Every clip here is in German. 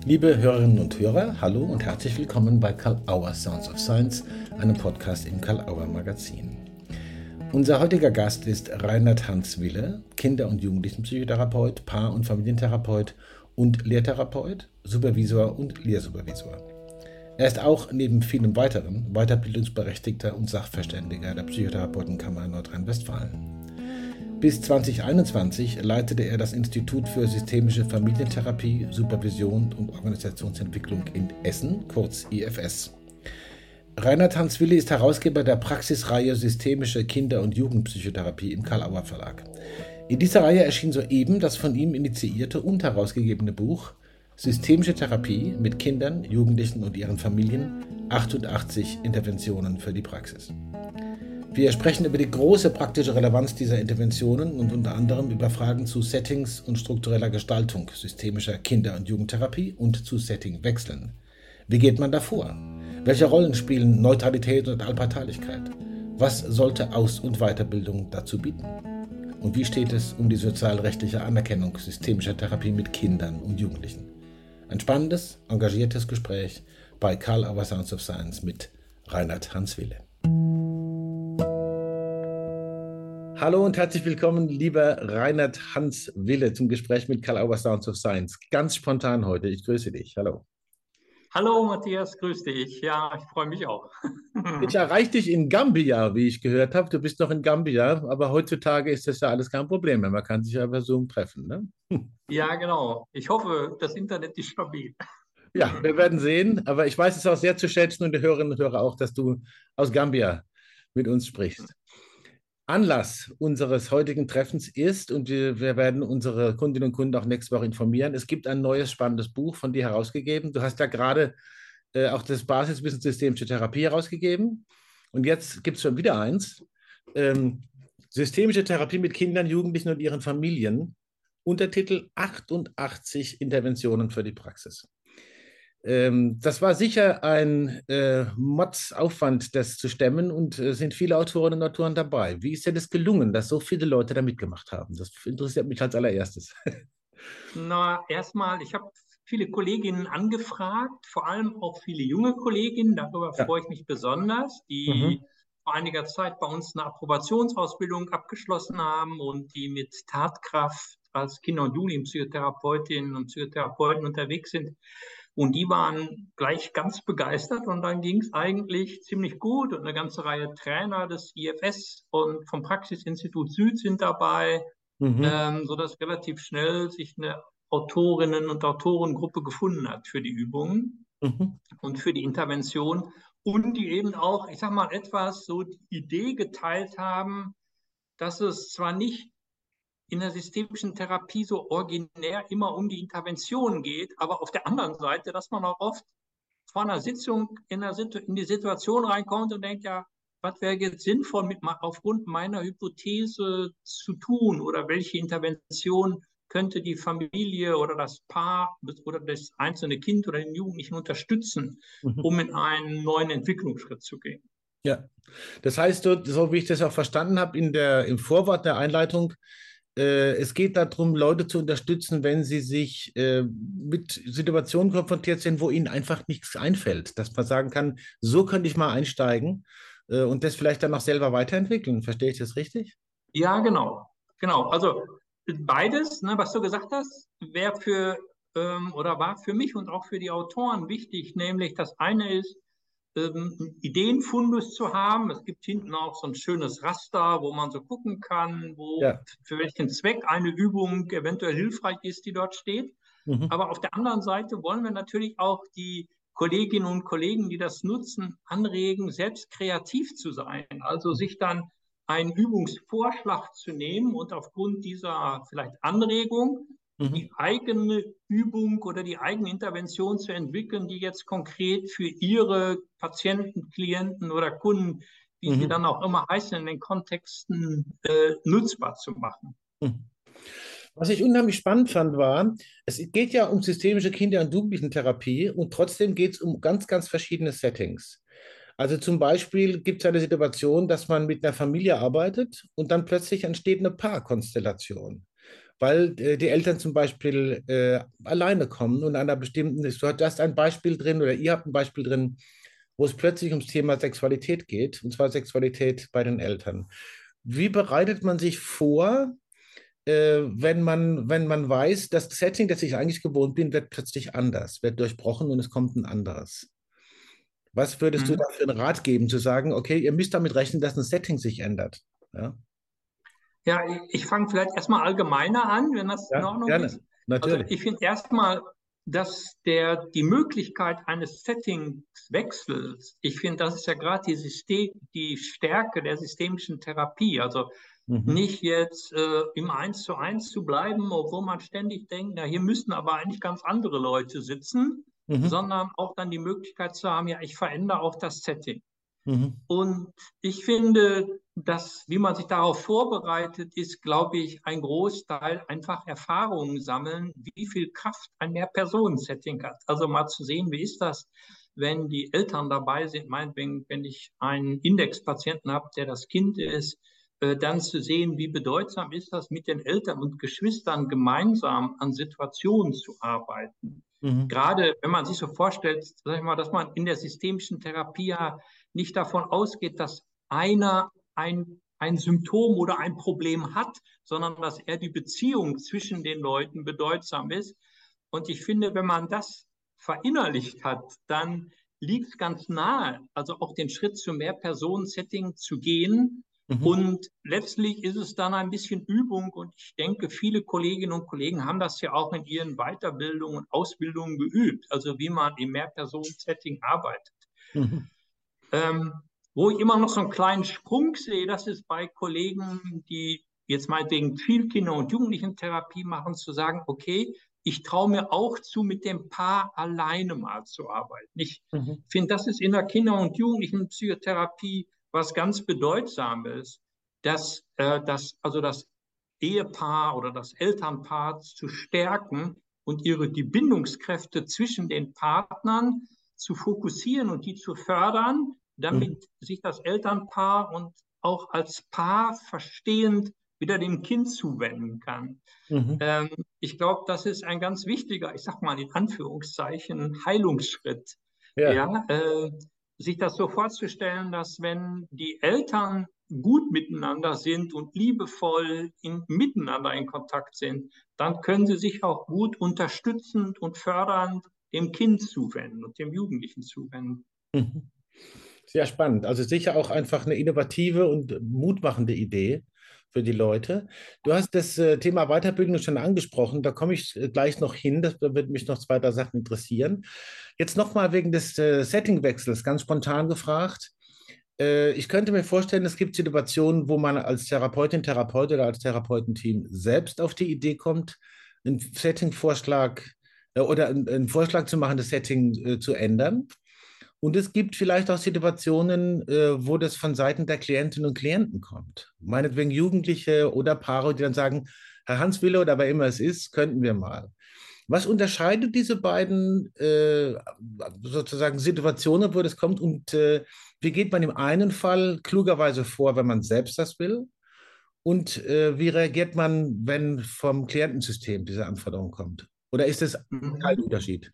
Liebe Hörerinnen und Hörer, hallo und herzlich willkommen bei Karl Auer Sounds of Science, einem Podcast im Karl Auer Magazin. Unser heutiger Gast ist Reinhard Hans Wille, Kinder- und Jugendlichenpsychotherapeut, Paar- und Familientherapeut und Lehrtherapeut, Supervisor und Lehrsupervisor. Er ist auch neben vielem weiteren Weiterbildungsberechtigter und Sachverständiger der Psychotherapeutenkammer Nordrhein-Westfalen. Bis 2021 leitete er das Institut für systemische Familientherapie, Supervision und Organisationsentwicklung in Essen, kurz IFS. Reinhard Hans Wille ist Herausgeber der Praxisreihe Systemische Kinder- und Jugendpsychotherapie im Karl Auer Verlag. In dieser Reihe erschien soeben das von ihm initiierte und herausgegebene Buch Systemische Therapie mit Kindern, Jugendlichen und ihren Familien, 88 Interventionen für die Praxis. Wir sprechen über die große praktische Relevanz dieser Interventionen und unter anderem über Fragen zu Settings und struktureller Gestaltung systemischer Kinder- und Jugendtherapie und zu Settingwechseln. Wie geht man da vor? Welche Rollen spielen Neutralität und Allparteilichkeit? Was sollte Aus- und Weiterbildung dazu bieten? Und wie steht es um die sozialrechtliche Anerkennung systemischer Therapie mit Kindern und Jugendlichen? Ein spannendes, engagiertes Gespräch bei Karl Auer Sounds of Science mit Reinhard Hans Wille. Hallo und herzlich willkommen, lieber Reinhard Hans Wille, zum Gespräch mit Karl Auer Sounds of Science. Ganz spontan heute. Ich grüße dich. Hallo. Hallo Matthias, grüß dich. Ja, ich freue mich auch. Ich erreiche dich in Gambia, wie ich gehört habe. Du bist noch in Gambia, aber heutzutage ist das ja alles kein Problem mehr. Man kann sich ja über Zoom treffen, ne? Ja, genau. Ich hoffe, das Internet ist stabil. Ja, wir werden sehen. Aber ich weiß es auch sehr zu schätzen und die Hörerinnen und Hörer auch, dass du aus Gambia mit uns sprichst. Anlass unseres heutigen Treffens ist, und wir werden unsere Kundinnen und Kunden auch nächste Woche informieren, es gibt ein neues spannendes Buch von dir herausgegeben. Du hast ja gerade auch das Basiswissen Systemische Therapie herausgegeben. Und jetzt gibt es schon wieder eins. Ähm, Systemische Therapie mit Kindern, Jugendlichen und ihren Familien. Untertitel 88 Interventionen für die Praxis. Das war sicher ein Mordsaufwand, das zu stemmen und sind viele Autorinnen und Autoren dabei. Wie ist dir das gelungen, dass so viele Leute da mitgemacht haben? Das interessiert mich als allererstes. Na, erstmal, ich habe viele Kolleginnen angefragt, vor allem auch viele junge Kolleginnen. Darüber Ja. freue ich mich besonders, Mhm. die vor einiger Zeit bei uns eine Approbationsausbildung abgeschlossen haben und die mit Tatkraft als Kinder- und Jugendpsychotherapeutinnen und Psychotherapeuten unterwegs sind. Und die waren gleich ganz begeistert und dann ging es eigentlich ziemlich gut und eine ganze Reihe Trainer des IFS und vom Praxisinstitut Süd sind dabei, Mhm. sodass relativ schnell sich eine Autorinnen- und Autorengruppe gefunden hat für die Übungen Mhm. und für die Intervention und die eben auch, ich sag mal, etwas so die Idee geteilt haben, dass es zwar nicht in der systemischen Therapie so originär immer um die Intervention geht, aber auf der anderen Seite, dass man auch oft vor einer Sitzung in die Situation reinkommt und denkt, ja, was wäre jetzt sinnvoll aufgrund meiner Hypothese zu tun oder welche Intervention könnte die Familie oder das Paar oder das einzelne Kind oder den Jugendlichen unterstützen, Mhm. um in einen neuen Entwicklungsschritt zu gehen. Ja, das heißt, so wie ich das auch verstanden habe im Vorwort der Einleitung, es geht darum, Leute zu unterstützen, wenn sie sich mit Situationen konfrontiert sind, wo ihnen einfach nichts einfällt. Dass man sagen kann, so könnte ich mal einsteigen und das vielleicht dann auch selber weiterentwickeln. Verstehe ich das richtig? Ja, genau. Genau. Also beides, ne, was du gesagt hast, wäre für oder war für mich und auch für die Autoren wichtig, nämlich das eine ist, einen Ideenfundus zu haben. Es gibt hinten auch so ein schönes Raster, wo man so gucken kann, Ja. für welchen Zweck eine Übung eventuell hilfreich ist, die dort steht. Mhm. Aber auf der anderen Seite wollen wir natürlich auch die Kolleginnen und Kollegen, die das nutzen, anregen, selbst kreativ zu sein. Also sich dann einen Übungsvorschlag zu nehmen und aufgrund dieser vielleicht Anregung Mhm. die eigene Übung oder die eigene Intervention zu entwickeln, die jetzt konkret für Ihre Patienten, Klienten oder Kunden, wie sie Mhm. dann auch immer heißen, in den Kontexten nutzbar zu machen. Mhm. Was ich unheimlich spannend fand, war, es geht ja um systemische Kinder- und Jugendlichentherapie und trotzdem geht es um ganz, ganz verschiedene Settings. Also zum Beispiel gibt es eine Situation, dass man mit einer Familie arbeitet und dann plötzlich entsteht eine Paarkonstellation. weil die Eltern zum Beispiel alleine kommen und an einer bestimmten, du hast ein Beispiel drin oder ihr habt ein Beispiel drin, wo es plötzlich ums Thema Sexualität geht, und zwar Sexualität bei den Eltern. Wie bereitet man sich vor, wenn man weiß, das Setting, das ich eigentlich gewohnt bin, wird plötzlich anders, wird durchbrochen und es kommt ein anderes? Was würdest du da Mhm. für einen Rat geben, zu sagen, okay, ihr müsst damit rechnen, dass ein Setting sich ändert? Ja, Ja, ich fange vielleicht erstmal allgemeiner an, wenn das in ja, Ordnung gerne, ist. Also natürlich. ich finde erstmal, dass die Möglichkeit eines Settingswechsels, ich finde, das ist ja gerade die Stärke der systemischen Therapie. Also Mhm. nicht jetzt im Eins zu bleiben, obwohl man ständig denkt, na, hier müssten aber eigentlich ganz andere Leute sitzen, Mhm. sondern auch dann die Möglichkeit zu haben, ja, ich verändere auch das Setting. Mhm. Und ich finde, dass, wie man sich darauf vorbereitet, ist, glaube ich, ein Großteil einfach Erfahrungen sammeln, wie viel Kraft ein Mehrpersonen-Setting hat. Also mal zu sehen, wie ist das, wenn die Eltern dabei sind, meinetwegen, wenn ich einen Indexpatienten habe, der das Kind ist, dann zu sehen, wie bedeutsam ist das, mit den Eltern und Geschwistern gemeinsam an Situationen zu arbeiten. Mhm. Gerade wenn man sich so vorstellt, sag ich mal, dass man in der systemischen Therapie ja nicht davon ausgeht, dass einer ein Symptom oder ein Problem hat, sondern dass er die Beziehung zwischen den Leuten bedeutsam ist. Und ich finde, wenn man das verinnerlicht hat, dann liegt es ganz nahe, also auch den Schritt zu Mehr-Personen-Setting zu gehen. Mhm. Und letztlich ist es dann ein bisschen Übung. Und ich denke, viele Kolleginnen und Kollegen haben das ja auch in ihren Weiterbildungen und Ausbildungen geübt, also wie man im Mehr-Personen-Setting arbeitet. Mhm. Ähm, Wo ich immer noch so einen kleinen Sprung sehe, das ist bei Kollegen, die jetzt meinetwegen viel Kinder- und Jugendlichen-Therapie machen, zu sagen, okay, ich traue mir auch zu, mit dem Paar alleine mal zu arbeiten. Ich Mhm. finde, das ist in der Kinder- und Jugendlichen-Psychotherapie was ganz Bedeutsames, also das Ehepaar oder das Elternpaar zu stärken und die Bindungskräfte zwischen den Partnern zu fokussieren und die zu fördern, Mhm. damit sich das Elternpaar und auch als Paar verstehend wieder dem Kind zuwenden kann. Mhm. Ähm, Ich glaube, das ist ein ganz wichtiger, ich sag mal in Anführungszeichen, Heilungsschritt. Ja. Ja, sich das so vorzustellen, dass wenn die Eltern gut miteinander sind und liebevoll miteinander in Kontakt sind, dann können sie sich auch gut unterstützend und fördernd dem Kind zuwenden und dem Jugendlichen zuwenden. Mhm. Sehr spannend. Also sicher auch einfach eine innovative und mutmachende Idee für die Leute. Du hast das Thema Weiterbildung schon angesprochen. Da komme ich gleich noch hin. Da wird mich noch zwei, drei Sachen interessieren. Jetzt nochmal wegen des Settingwechsels, ganz spontan gefragt. Ich könnte mir vorstellen, es gibt Situationen, wo man als Therapeutin, Therapeut oder als Therapeutenteam selbst auf die Idee kommt, einen Setting-Vorschlag oder einen Vorschlag zu machen, das Setting zu ändern. Und es gibt vielleicht auch Situationen, wo das von Seiten der Klientinnen und Klienten kommt. Meinetwegen Jugendliche oder Paare, die dann sagen, Herr Hans-Wille oder wer immer es ist, könnten wir mal. Was unterscheidet diese beiden sozusagen Situationen, wo das kommt? Und wie geht man im einen Fall klugerweise vor, wenn man selbst das will? Und wie reagiert man, wenn vom Klientensystem diese Anforderung kommt? Oder ist es kein Mhm. Unterschied?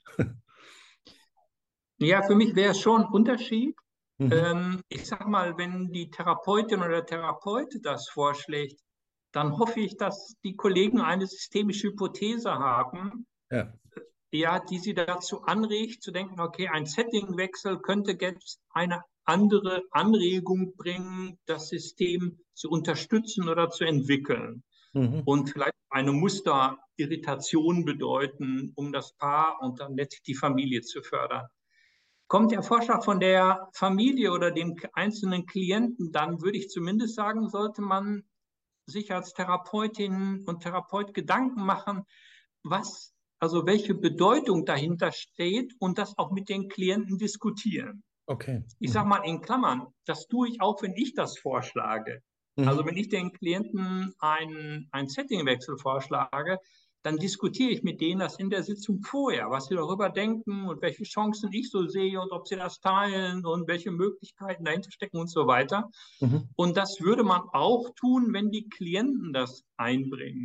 Ja, für mich wäre es schon ein Unterschied. Mhm. Ich sag mal, wenn die Therapeutin oder der Therapeut das vorschlägt, dann hoffe ich, dass die Kollegen eine systemische Hypothese haben, Ja. ja, die sie dazu anregt, zu denken, okay, ein Settingwechsel könnte jetzt eine andere Anregung bringen, das System zu unterstützen oder zu entwickeln Mhm. und vielleicht eine Musterirritation bedeuten, um das Paar und dann letztlich die Familie zu fördern. Kommt der Vorschlag von der Familie oder dem einzelnen Klienten, dann würde ich zumindest sagen, sollte man sich als Therapeutin und Therapeut Gedanken machen, also welche Bedeutung dahinter steht und das auch mit den Klienten diskutieren. Okay. Ich sage Mhm. mal in Klammern, das tue ich auch, wenn ich das vorschlage. Also Mhm. wenn ich den Klienten einen Settingwechsel vorschlage, dann diskutiere ich mit denen das in der Sitzung vorher, was sie darüber denken und welche Chancen ich so sehe und ob sie das teilen und welche Möglichkeiten dahinter stecken und so weiter. Mhm. Und das würde man auch tun, wenn die Klienten das einbringen.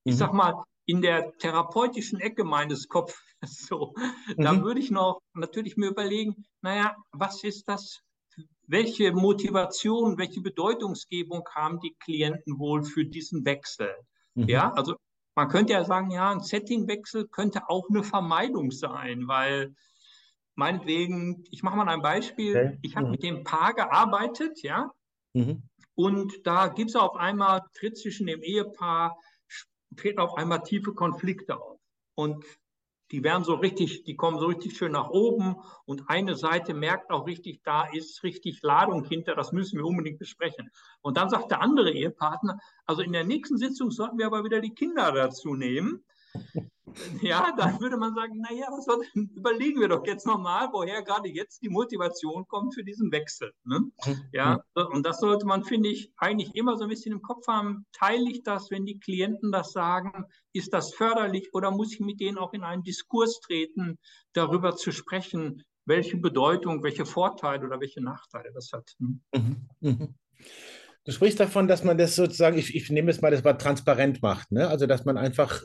Ich Mhm. sag mal, in der therapeutischen Ecke meines Kopfes, so, da Mhm. würde ich noch natürlich mir überlegen, naja, was ist das? Welche Motivation, welche Bedeutungsgebung haben die Klienten wohl für diesen Wechsel? Mhm. Ja, also man könnte ja sagen, ja, ein Settingwechsel könnte auch eine Vermeidung sein, weil meinetwegen, ich mache mal ein Beispiel, Okay. ich habe mit Mhm. dem Paar gearbeitet, ja, Mhm. und da gibt es auf einmal, tritt zwischen dem Ehepaar, treten auf einmal tiefe Konflikte auf. Und die werden so richtig, die kommen so richtig schön nach oben und eine Seite merkt auch richtig, da ist richtig Ladung hinter, das müssen wir unbedingt besprechen. Und dann sagt der andere Ehepartner, also in der nächsten Sitzung sollten wir aber wieder die Kinder dazu nehmen. Ja, dann würde man sagen, naja, überlegen wir doch jetzt nochmal, woher gerade jetzt die Motivation kommt für diesen Wechsel. Ne? Mhm. Ja, und das sollte man, finde ich, eigentlich immer so ein bisschen im Kopf haben. Teile ich das, wenn die Klienten das sagen? Ist das förderlich oder muss ich mit denen auch in einen Diskurs treten, darüber zu sprechen, welche Bedeutung, welche Vorteile oder welche Nachteile das hat? Hm? Mhm. Mhm. Du sprichst davon, dass man das sozusagen, ich nehme jetzt mal das Wort transparent macht, ne? Also dass man einfach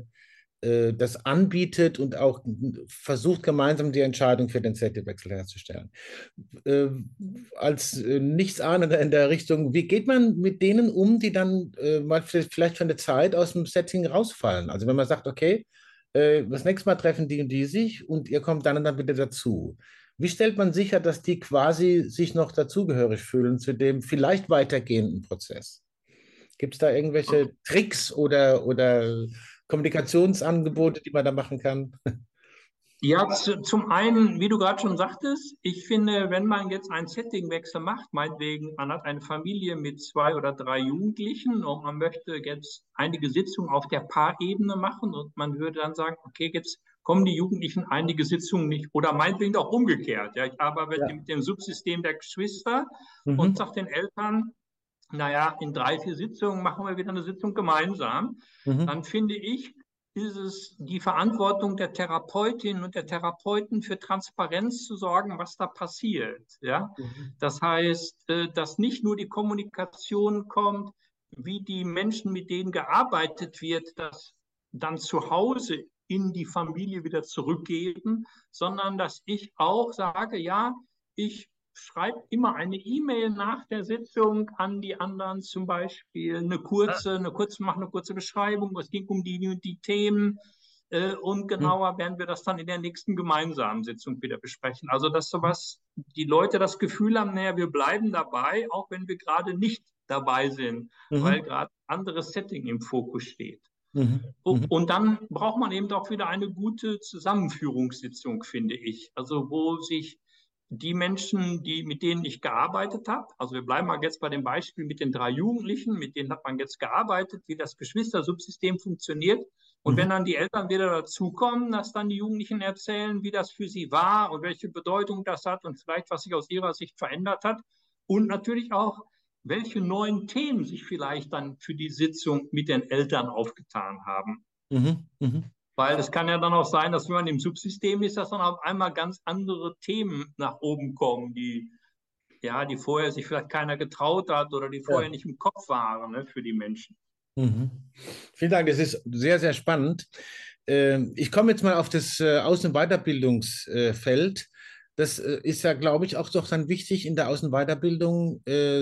das anbietet und auch versucht, gemeinsam die Entscheidung für den Zettelwechsel herzustellen. Äh, als Nichtsahnender in der Richtung, wie geht man mit denen um, die dann mal vielleicht für eine Zeit aus dem Setting rausfallen? Also wenn man sagt, okay, das nächste Mal treffen die und die sich und ihr kommt dann und dann bitte dazu. Wie stellt man sicher, dass die quasi sich noch dazugehörig fühlen zu dem vielleicht weitergehenden Prozess? Gibt es da irgendwelche Tricks oder Kommunikationsangebote, die man da machen kann? Ja, zum einen, wie du gerade schon sagtest, ich finde, wenn man jetzt einen Settingwechsel macht, meinetwegen, man hat eine Familie mit 2 oder 3 Jugendlichen und man möchte jetzt einige Sitzungen auf der Paarebene machen und man würde dann sagen, okay, jetzt kommen die Jugendlichen einige Sitzungen nicht oder meinetwegen auch umgekehrt. Ja, ich arbeite Ja. mit dem Subsystem der Geschwister und Mhm. sage den Eltern, naja, in 3, 4 Sitzungen machen wir wieder eine Sitzung gemeinsam. Mhm. Dann finde ich, ist es die Verantwortung der Therapeutinnen und der Therapeuten für Transparenz zu sorgen, was da passiert. Ja? Mhm. Das heißt, dass nicht nur die Kommunikation kommt, wie die Menschen, mit denen gearbeitet wird, das dann zu Hause in die Familie wieder zurückgeben, sondern dass ich auch sage, ja, ich schreibe immer eine E-Mail nach der Sitzung an die anderen, zum Beispiel mache eine kurze Beschreibung, es ging um die Themen und Mhm. genauer werden wir das dann in der nächsten gemeinsamen Sitzung wieder besprechen. Also, dass sowas, die Leute das Gefühl haben, naja, wir bleiben dabei, auch wenn wir gerade nicht dabei sind, weil Mhm. gerade ein anderes Setting im Fokus steht. Mhm. Mhm. Und dann braucht man eben auch wieder eine gute Zusammenführungssitzung, finde ich. Also wo sich die Menschen, mit denen ich gearbeitet habe, also wir bleiben mal jetzt bei dem Beispiel mit den 3 Jugendlichen, mit denen hat man jetzt gearbeitet, wie das Geschwistersubsystem funktioniert. Und Mhm. wenn dann die Eltern wieder dazukommen, dass dann die Jugendlichen erzählen, wie das für sie war und welche Bedeutung das hat und vielleicht, was sich aus ihrer Sicht verändert hat. Und natürlich auch, welche neuen Themen sich vielleicht dann für die Sitzung mit den Eltern aufgetan haben. Mhm. Mhm. Weil es kann ja dann auch sein, dass wenn man im Subsystem ist, dass dann auf einmal ganz andere Themen nach oben kommen, die vorher sich vielleicht keiner getraut hat oder die vorher Ja. nicht im Kopf waren, ne, für die Menschen. Mhm. Vielen Dank, das ist sehr, sehr spannend. Ich komme jetzt mal auf das Außen- und Weiterbildungsfeld. Das ist ja, glaube ich, auch doch dann wichtig in der Außen- und Weiterbildung,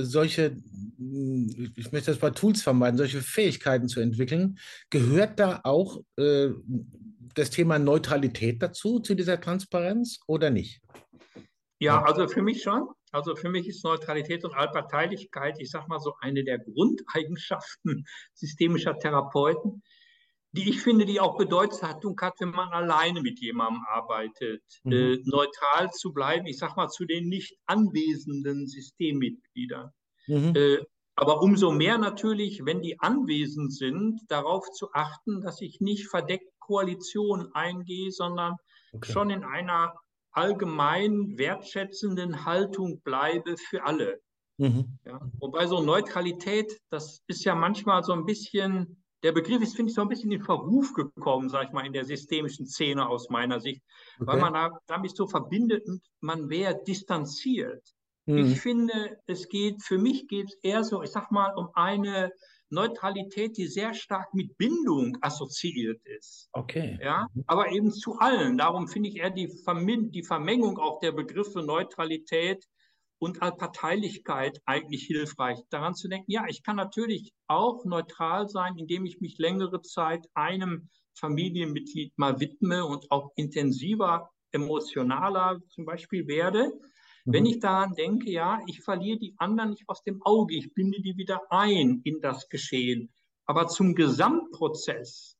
ich möchte das bei Tools vermeiden, solche Fähigkeiten zu entwickeln. Gehört da auch das Thema Neutralität dazu, zu dieser Transparenz oder nicht? Ja, also für mich schon. Also für mich ist Neutralität und Allparteilichkeit, ich sag mal so, eine der Grundeigenschaften systemischer Therapeuten, die ich finde, die auch Bedeutung hat, wenn man alleine mit jemandem arbeitet, Mhm. neutral zu bleiben, ich sag mal, zu den nicht anwesenden Systemmitgliedern. Mhm. Äh, aber umso mehr natürlich, wenn die anwesend sind, darauf zu achten, dass ich nicht verdeckt Koalition eingehe, sondern Okay. schon in einer allgemein wertschätzenden Haltung bleibe für alle. Mhm. Ja? Wobei so Neutralität, das ist ja manchmal so ein bisschen, der Begriff ist, finde ich, so ein bisschen in Verruf gekommen, sage ich mal, in der systemischen Szene aus meiner Sicht, weil Okay. man damit so verbindet, man wäre distanziert. Ich Mhm. finde, für mich geht es eher so, ich sag mal, um eine Neutralität, die sehr stark mit Bindung assoziiert ist. Okay. Ja, aber eben zu allen. Darum finde ich eher die Vermengung auch der Begriffe Neutralität und Allparteilichkeit eigentlich hilfreich. Daran zu denken, ja, ich kann natürlich auch neutral sein, indem ich mich längere Zeit einem Familienmitglied mal widme und auch intensiver, emotionaler zum Beispiel werde. Wenn ich daran denke, ja, ich verliere die anderen nicht aus dem Auge, ich binde die wieder ein in das Geschehen. Aber zum Gesamtprozess,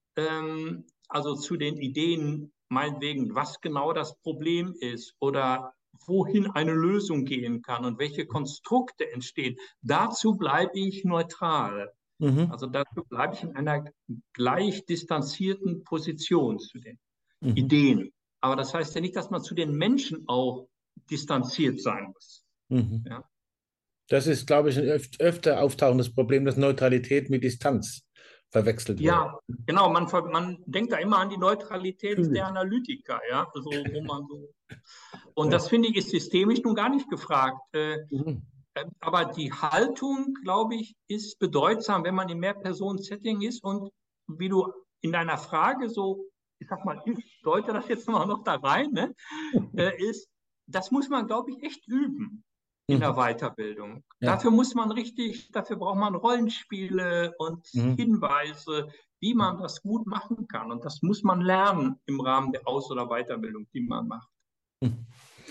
also zu den Ideen, meinetwegen, was genau das Problem ist oder wohin eine Lösung gehen kann und welche Konstrukte entstehen, dazu bleibe ich neutral. Mhm. Also dazu bleibe ich in einer gleich distanzierten Position zu den Mhm. Ideen. Aber das heißt ja nicht, dass man zu den Menschen auch distanziert sein muss. Mhm. Ja, Das ist, glaube ich, ein öfter auftauchendes Problem, dass Neutralität mit Distanz verwechselt wird. ja, genau. Man denkt da immer an die Neutralität der Kühl. Analytiker, ja, also wo man so. Und Ja. das finde ich ist systemisch nun gar nicht gefragt. Mhm. Aber die Haltung, glaube ich, ist bedeutsam, wenn man im Mehrpersonen-Setting ist. Und wie du in deiner Frage so, ich sag mal, ich deute das jetzt mal noch da rein, ne, ist, das muss man, glaube ich, echt üben in der Mhm. Weiterbildung. Ja. Dafür braucht man Rollenspiele und Mhm. Hinweise, wie man das gut machen kann. Und das muss man lernen im Rahmen der Aus- oder Weiterbildung, die man macht. Mhm.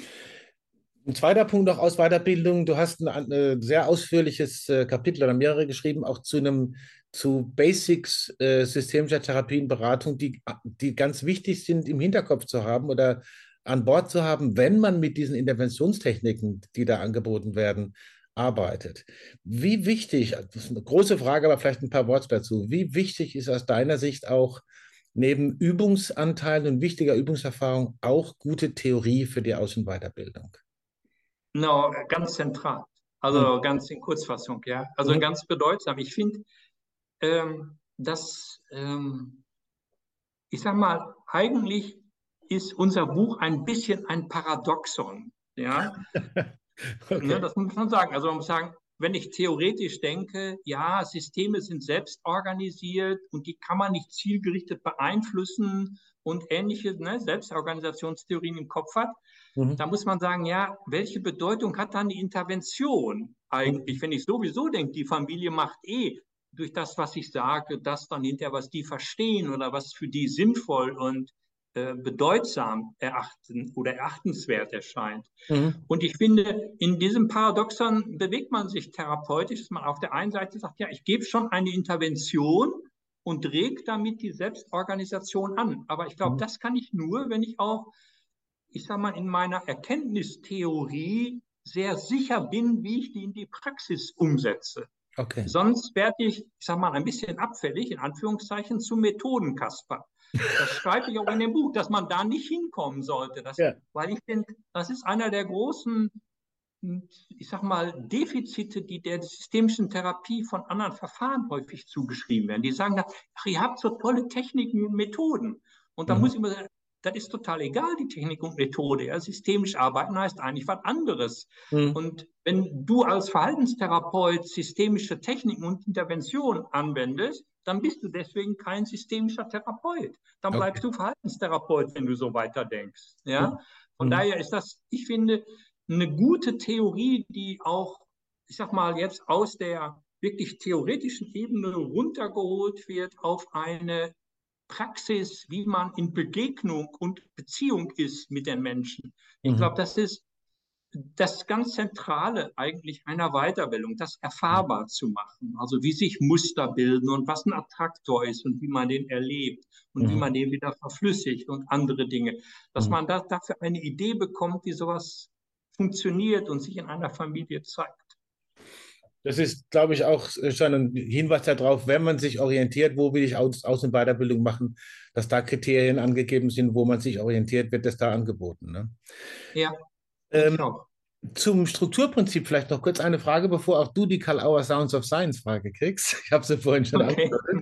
Ein zweiter Punkt noch aus Weiterbildung. Du hast ein sehr ausführliches Kapitel oder mehrere geschrieben, auch zu Basics systemischer Therapienberatung, die ganz wichtig sind im Hinterkopf zu haben oder an Bord zu haben, wenn man mit diesen Interventionstechniken, die da angeboten werden, arbeitet. Wie wichtig, das ist eine große Frage, aber vielleicht ein paar Worte dazu, wie wichtig ist aus deiner Sicht auch neben Übungsanteilen und wichtiger Übungserfahrung auch gute Theorie für die Aus- und Weiterbildung? No, ganz zentral. Mhm. Also ganz in Kurzfassung, ja. Also Mhm. ganz bedeutsam. Ich finde, dass, ich sag mal, eigentlich ist unser Buch ein bisschen ein Paradoxon. Ja, ne, Okay. das muss man sagen. Also man muss sagen, wenn ich theoretisch denke, ja, Systeme sind selbst organisiert und die kann man nicht zielgerichtet beeinflussen und ähnliche, ne, Selbstorganisationstheorien im Kopf hat, da Mhm. muss man sagen, ja, welche Bedeutung hat dann die Intervention Mhm. eigentlich? Wenn ich sowieso denke, die Familie macht durch das, was ich sage, das dann hinterher, was die verstehen oder was für die sinnvoll und bedeutsam erachten oder erachtenswert erscheint. Mhm. Und ich finde, in diesem Paradoxon bewegt man sich therapeutisch, dass man auf der einen Seite sagt, ja, ich gebe schon eine Intervention und regt damit die Selbstorganisation an. Aber ich glaube, Mhm. das kann ich nur, wenn ich auch, ich sage mal, in meiner Erkenntnistheorie sehr sicher bin, wie ich die in die Praxis umsetze. Okay. Sonst werde ich sage mal, ein bisschen abfällig, in Anführungszeichen, zum Methodenkasper. Das schreibe ich auch in dem Buch, dass man da nicht hinkommen sollte. Ja. Weil ich finde, das ist einer der großen, ich sag mal, Defizite, die der systemischen Therapie von anderen Verfahren häufig zugeschrieben werden. Die sagen dann, ach, ihr habt so tolle Techniken und Methoden. Und da muss Mhm. ich immer sagen, das ist total egal, die Technik und Methode. Ja, systemisch arbeiten heißt eigentlich was anderes. Mhm. Und wenn du als Verhaltenstherapeut systemische Techniken und Interventionen anwendest, dann bist du deswegen kein systemischer Therapeut. Dann Okay. bleibst du Verhaltenstherapeut, wenn du so weiterdenkst. Ja? Mhm. Von Mhm. daher ist das, ich finde, eine gute Theorie, die auch, ich sag mal, jetzt aus der wirklich theoretischen Ebene runtergeholt wird auf eine Praxis, wie man in Begegnung und Beziehung ist mit den Menschen. Ich Mhm. glaube, das ist das ganz Zentrale eigentlich einer Weiterbildung, das erfahrbar zu machen. Also wie sich Muster bilden und was ein Attraktor ist und wie man den erlebt und wie Mhm. man den wieder verflüssigt und andere Dinge. Dass Mhm. man dafür eine Idee bekommt, wie sowas funktioniert und sich in einer Familie zeigt. Das ist, glaube ich, auch schon ein Hinweis darauf, wenn man sich orientiert, wo will ich Aus- und Weiterbildung machen, dass da Kriterien angegeben sind, wo man sich orientiert, wird das da angeboten. Ne? Ja, denke Ähm, ich auch. Zum Strukturprinzip vielleicht noch kurz eine Frage, bevor auch du die Karl-Auer Sounds of Science Frage kriegst. Ich habe sie vorhin schon Okay. angedeutet.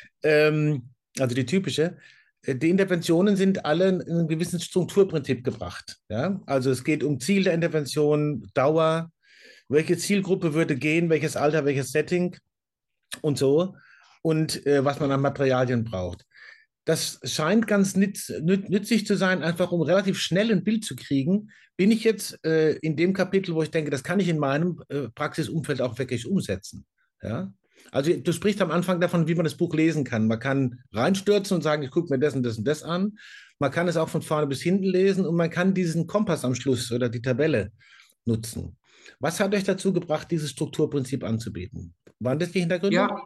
Also die typische. Die Interventionen sind alle in einem gewissen Strukturprinzip gebracht. Ja? Also es geht um Ziel der Intervention, Dauer, welche Zielgruppe würde gehen, welches Alter, welches Setting. und so und was man an Materialien braucht. Das scheint ganz nützlich zu sein, einfach um relativ schnell ein Bild zu kriegen. Bin ich jetzt in dem Kapitel, wo ich denke, das kann ich in meinem Praxisumfeld auch wirklich umsetzen. Ja? Also du sprichst am Anfang davon, wie man das Buch lesen kann. Man kann reinstürzen und sagen, ich gucke mir das und das und das an. Man kann es auch von vorne bis hinten lesen und man kann diesen Kompass am Schluss oder die Tabelle nutzen. Was hat euch dazu gebracht, dieses Strukturprinzip anzubieten? Waren das die Hintergründe? Ja,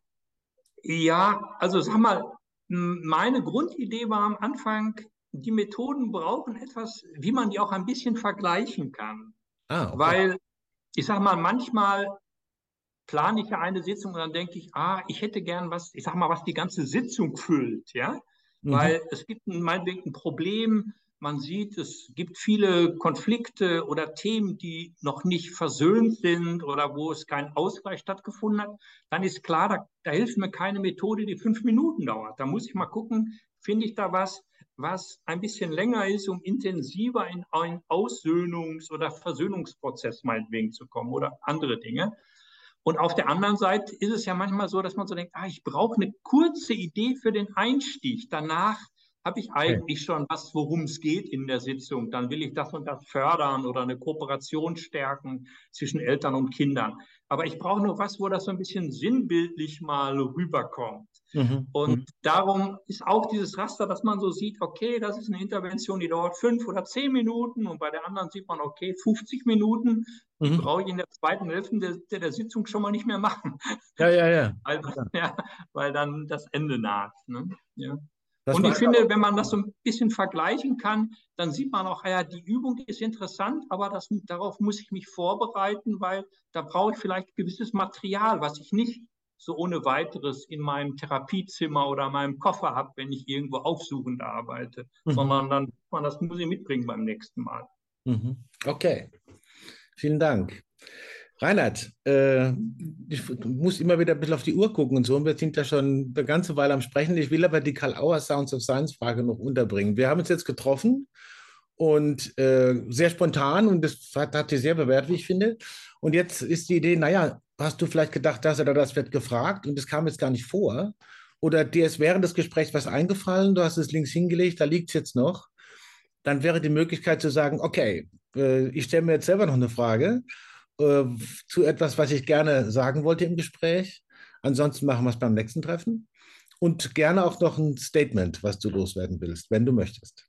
ja, also sag mal, meine Grundidee war am Anfang, die Methoden brauchen etwas, wie man die auch ein bisschen vergleichen kann. Ah, okay. Weil ich sag mal, manchmal plane ich ja eine Sitzung und dann denke ich, ich hätte gern was, ich sag mal, was die ganze Sitzung füllt, ja. Mhm. Weil es gibt meinetwegen ein Problem, man sieht, es gibt viele Konflikte oder Themen, die noch nicht versöhnt sind oder wo es kein Ausgleich stattgefunden hat, dann ist klar, da hilft mir keine Methode, die 5 Minuten dauert. Da muss ich mal gucken, finde ich da was ein bisschen länger ist, um intensiver in einen Aussöhnungs- oder Versöhnungsprozess meinetwegen zu kommen oder andere Dinge. Und auf der anderen Seite ist es ja manchmal so, dass man so denkt, ich brauche eine kurze Idee für den Einstieg. Danach habe ich Okay. eigentlich schon was, worum es geht in der Sitzung. Dann will ich das und das fördern oder eine Kooperation stärken zwischen Eltern und Kindern. Aber ich brauche nur was, wo das so ein bisschen sinnbildlich mal rüberkommt. Mhm. Und Mhm. darum ist auch dieses Raster, dass man so sieht, okay, das ist eine Intervention, die dauert 5 oder 10 Minuten und bei der anderen sieht man, okay, 50 Minuten, die Mhm. brauche ich in der zweiten Hälfte der Sitzung schon mal nicht mehr machen, Ja, ja, ja. weil, Ja. ja, weil dann das Ende naht. Ne? Ja. Das Und war ich einfach. finde, wenn man das so ein bisschen vergleichen kann, dann sieht man auch, ja, die Übung ist interessant, aber darauf muss ich mich vorbereiten, weil da brauche ich vielleicht gewisses Material, was ich nicht so ohne weiteres in meinem Therapiezimmer oder meinem Koffer habe, wenn ich irgendwo aufsuchend arbeite, Mhm. sondern dann das muss ich mitbringen beim nächsten Mal. Mhm. Okay, vielen Dank. Reinhard, ich muss immer wieder ein bisschen auf die Uhr gucken und so. Und wir sind ja schon eine ganze Weile am Sprechen. Ich will aber die Karl-Auer Sounds of Science Frage noch unterbringen. Wir haben uns jetzt getroffen und sehr spontan und das hat sich sehr bewährt, wie ich finde. Und jetzt ist die Idee, naja, hast du vielleicht gedacht, das oder das wird gefragt und es kam jetzt gar nicht vor? Oder dir ist während des Gesprächs was eingefallen, du hast es links hingelegt, da liegt es jetzt noch. Dann wäre die Möglichkeit zu sagen, okay, ich stelle mir jetzt selber noch eine Frage äh, zu etwas, was ich gerne sagen wollte im Gespräch. Ansonsten machen wir es beim nächsten Treffen. Und gerne auch noch ein Statement, was du loswerden willst, wenn du möchtest.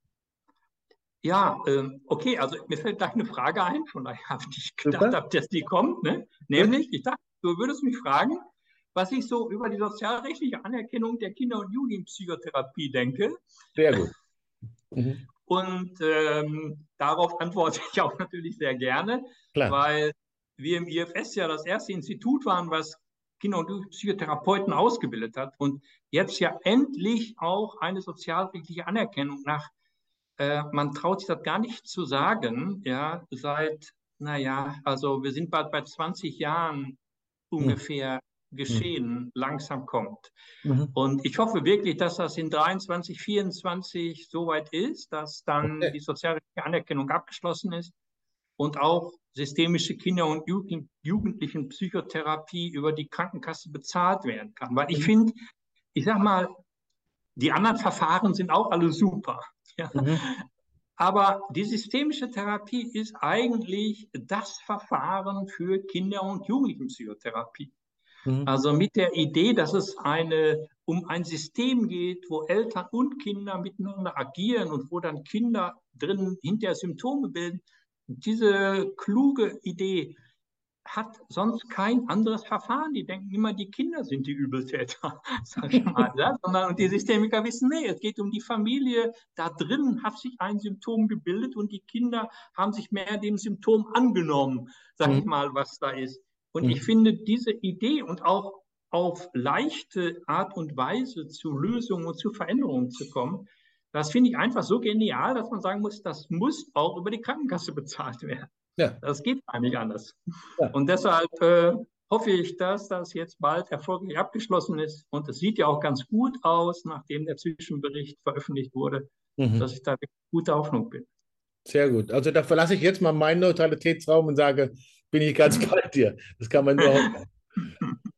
Ja, okay, also mir fällt gleich eine Frage ein, von daher habe ich gedacht, Super, dass die kommt. Ne? gut, Nämlich, ich dachte, du würdest mich fragen, was ich so über die sozialrechtliche Anerkennung der Kinder- und Jugendpsychotherapie denke. sehr gut. Mhm. Und darauf antworte ich auch natürlich sehr gerne, Klar. weil wir im IFS ja das erste Institut waren, was Kinder- und Jugendpsychotherapeuten ausgebildet hat und jetzt ja endlich auch eine sozialrechtliche Anerkennung nach man traut sich das gar nicht zu sagen, ja, naja, also wir sind bald bei 20 Jahren Mhm. ungefähr Mhm. geschehen, langsam kommt. Mhm. Und ich hoffe wirklich, dass das in 23, 24 soweit ist, dass dann Okay. die soziale Anerkennung abgeschlossen ist und auch systemische Kinder- und Jugendlichen Psychotherapie über die Krankenkasse bezahlt werden kann. Weil ich Mhm. finde, ich sag mal, die anderen Verfahren sind auch alle super. Ja. Mhm. Aber die systemische Therapie ist eigentlich das Verfahren für Kinder- und Jugendlichenpsychotherapie. Mhm. Also mit der Idee, dass es um ein System geht, wo Eltern und Kinder miteinander agieren und wo dann Kinder drin hinterher Symptome bilden. Diese kluge Idee hat sonst kein anderes Verfahren. Die denken immer, die Kinder sind die Übeltäter, sag ich mal. Ja? Und die Systemiker wissen, nee, es geht um die Familie. Da drin hat sich ein Symptom gebildet und die Kinder haben sich mehr dem Symptom angenommen, sag ich Mhm. mal, was da ist. Und ich Mhm. finde diese Idee und auch auf leichte Art und Weise zu Lösungen und zu Veränderungen zu kommen, das finde ich einfach so genial, dass man sagen muss, das muss auch über die Krankenkasse bezahlt werden. Ja, Das geht eigentlich anders. ja. Und deshalb hoffe ich, dass das jetzt bald erfolgreich abgeschlossen ist. Und es sieht ja auch ganz gut aus, nachdem der Zwischenbericht veröffentlicht wurde, dass Mhm. ich da wirklich gute Hoffnung bin. Sehr gut. Also da verlasse ich jetzt mal meinen Neutralitätsraum und sage, bin ich ganz bei dir. Das kann man nur hoffen.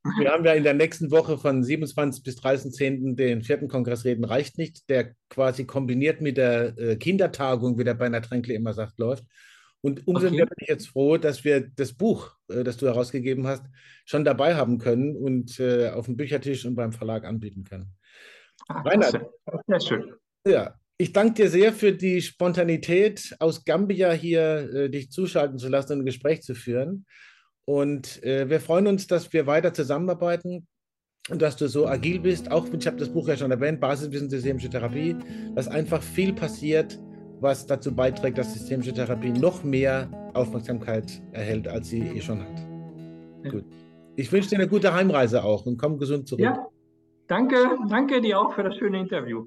Wir haben ja in der nächsten Woche von 27. bis 30.10. den 4. Kongress Reden reicht nicht, der quasi kombiniert mit der Kindertagung, wie der Bernhard Tränkle immer sagt, läuft. Und umso mehr Okay. bin ich jetzt froh, dass wir das Buch, das du herausgegeben hast, schon dabei haben können und auf dem Büchertisch und beim Verlag anbieten können. Ah, Reinhard, klasse. Sehr schön. ja, ich danke dir sehr für die Spontanität, aus Gambia hier dich zuschalten zu lassen und ein Gespräch zu führen. Und wir freuen uns, dass wir weiter zusammenarbeiten und dass du so agil bist. Auch, ich habe das Buch ja schon erwähnt, Basiswissen systemische Therapie, dass einfach viel passiert, was dazu beiträgt, dass systemische Therapie noch mehr Aufmerksamkeit erhält, als sie eh schon hat. Ja. Gut. Ich wünsche dir eine gute Heimreise auch und komm gesund zurück. Ja, danke dir auch für das schöne Interview.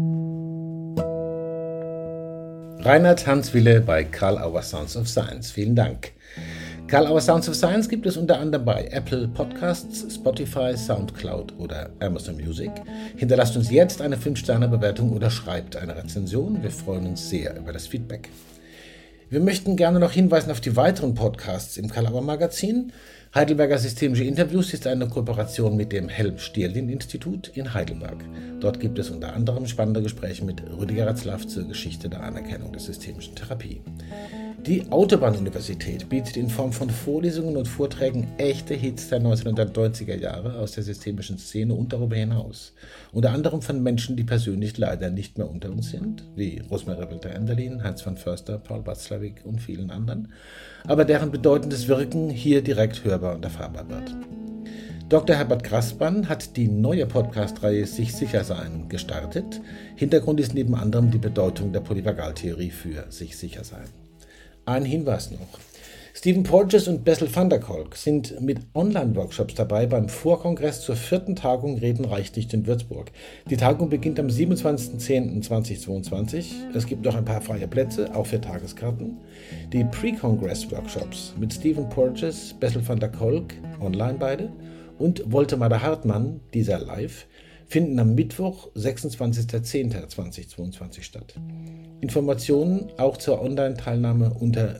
Reinhard Hanswille bei Karl Auer Sounds of Science. Vielen Dank. Karl Auer Sounds of Science gibt es unter anderem bei Apple Podcasts, Spotify, Soundcloud oder Amazon Music. Hinterlasst uns jetzt eine 5-Sterne-Bewertung oder schreibt eine Rezension. Wir freuen uns sehr über das Feedback. Wir möchten gerne noch hinweisen auf die weiteren Podcasts im Karl Auer Magazin. Heidelberger Systemische Interviews ist eine Kooperation mit dem Helm-Stierlin-Institut in Heidelberg. Dort gibt es unter anderem spannende Gespräche mit Rüdiger Ratzlaff zur Geschichte der Anerkennung der systemischen Therapie. Die Autobahn-Universität bietet in Form von Vorlesungen und Vorträgen echte Hits der 1990er Jahre aus der systemischen Szene und darüber hinaus. Unter anderem von Menschen, die persönlich leider nicht mehr unter uns sind, wie Rosmarie Wilter-Enderlin, Heinz von Förster, Paul Watzlawick und vielen anderen, aber deren bedeutendes Wirken hier direkt hörbar und erfahrbar wird. Dr. Herbert Grassmann hat die neue Podcast-Reihe Sich sicher sein gestartet. Hintergrund ist neben anderem die Bedeutung der Polyvagaltheorie für sich sicher sein. Ein Hinweis noch. Stephen Porges und Bessel van der Kolk sind mit Online-Workshops dabei beim Vorkongress zur 4. Tagung Reden reicht nicht in Würzburg. Die Tagung beginnt am 27.10.2022. Es gibt noch ein paar freie Plätze, auch für Tageskarten. Die Pre-Congress-Workshops mit Stephen Porges, Bessel van der Kolk, online beide, und Woltemar Hartmann, dieser live, finden am Mittwoch, 26.10.2022 statt. Informationen auch zur Online-Teilnahme unter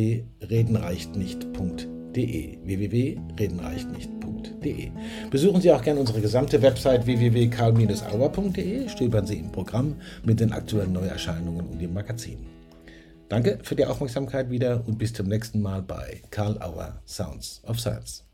www.redenreichtnicht.de. www.redenreichtnicht.de. Besuchen Sie auch gerne unsere gesamte Website www.karl-auer.de. Stöbern Sie im Programm mit den aktuellen Neuerscheinungen und im Magazin. Danke für die Aufmerksamkeit wieder und bis zum nächsten Mal bei Karl Auer Sounds of Science.